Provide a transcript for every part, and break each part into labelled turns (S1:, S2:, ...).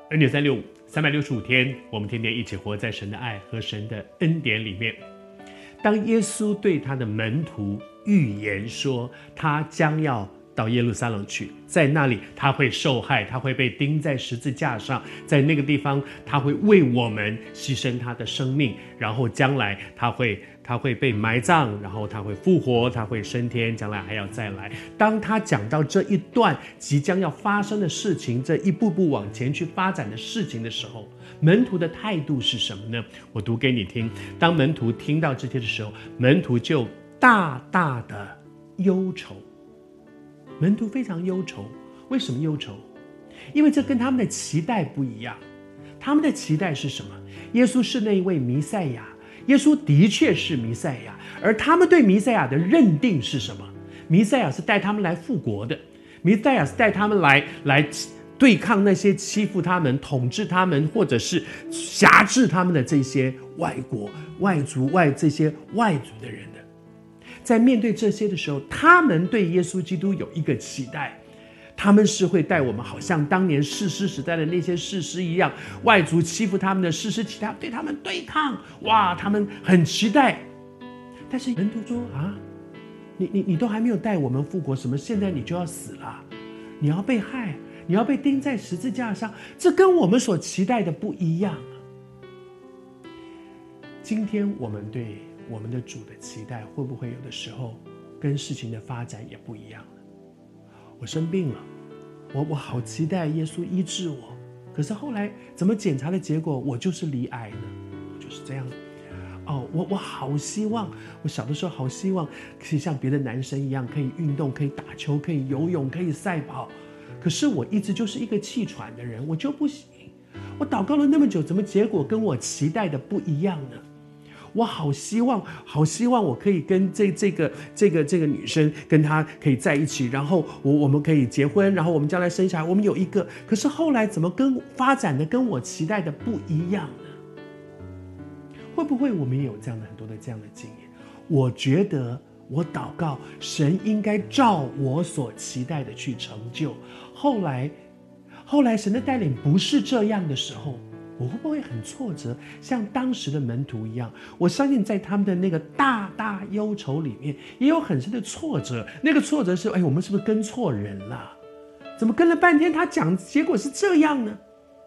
S1: 恩典365 365天，我们天天一起活在神的爱和神的恩典里面。当耶稣对他的门徒预言说，他将要到耶路撒冷去，在那里他会受害，他会被钉在十字架上，在那个地方他会为我们牺牲他的生命，然后将来他会被埋葬，然后他会复活，他会升天，将来还要再来。当他讲到这一段即将要发生的事情，这一步步往前去发展的事情的时候，门徒的态度是什么呢？我读给你听。当门徒听到这些的时候，门徒就大大的忧愁。门徒非常忧愁。为什么忧愁？因为这跟他们的期待不一样。他们的期待是什么？耶稣是那一位弥赛亚，耶稣的确是弥赛亚，而他们对弥赛亚的认定是什么？弥赛亚是带他们来复国的，弥赛亚是带他们来对抗那些欺负他们、统治他们或者是辖制他们的这些外国、外族、这些外族的人的。在面对这些的时候，他们对耶稣基督有一个期待，他们是会带我们好像当年士师时代的那些士师一样，外族欺负他们的士师，对他们对抗，哇，他们很期待。但是门徒说啊，你都还没有带我们复国，什么现在你就要死了，你要被害，你要被钉在十字架上，这跟我们所期待的不一样啊。今天我们对我们的主的期待，会不会有的时候跟事情的发展也不一样了？我生病了，我好期待耶稣医治我，可是后来怎么检查的结果，我就是罹癌了，就是这样。我好希望，我小的时候好希望可以像别的男生一样，可以运动，可以打球，可以游泳，可以赛跑，可是我一直就是一个气喘的人，我就不行。我祷告了那么久，怎么结果跟我期待的不一样呢？我好希望我可以跟这个女生跟她可以在一起，然后我们可以结婚，然后我们将来生下来，我们有一个，可是后来怎么发展的跟我期待的不一样呢？会不会我们也有这样的很多的这样的经验？我觉得我祷告，神应该照我所期待的去成就，后来神的带领不是这样的时候，我会不会很挫折，像当时的门徒一样？我相信在他们的那个大大忧愁里面，也有很深的挫折。那个挫折是，我们是不是跟错人了？怎么跟了半天，他讲结果是这样呢？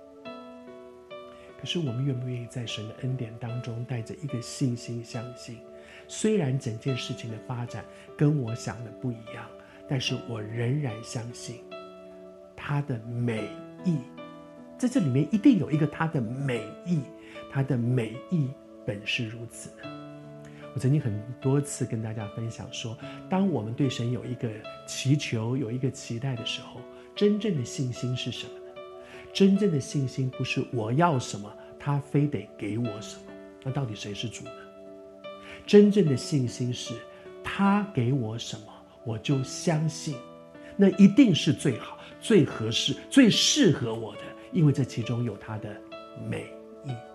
S1: 可是我们愿不愿意在神的恩典当中，带着一个信心相信，虽然整件事情的发展跟我想的不一样，但是我仍然相信他的美意，在这里面一定有一个他的美意，他的美意本是如此的。我曾经很多次跟大家分享说，当我们对神有一个祈求，有一个期待的时候，真正的信心是什么呢？真正的信心不是我要什么他非得给我什么，那到底谁是主呢？真正的信心是他给我什么我就相信，那一定是最好、最合适、最适合我的，因为这其中有他的美意。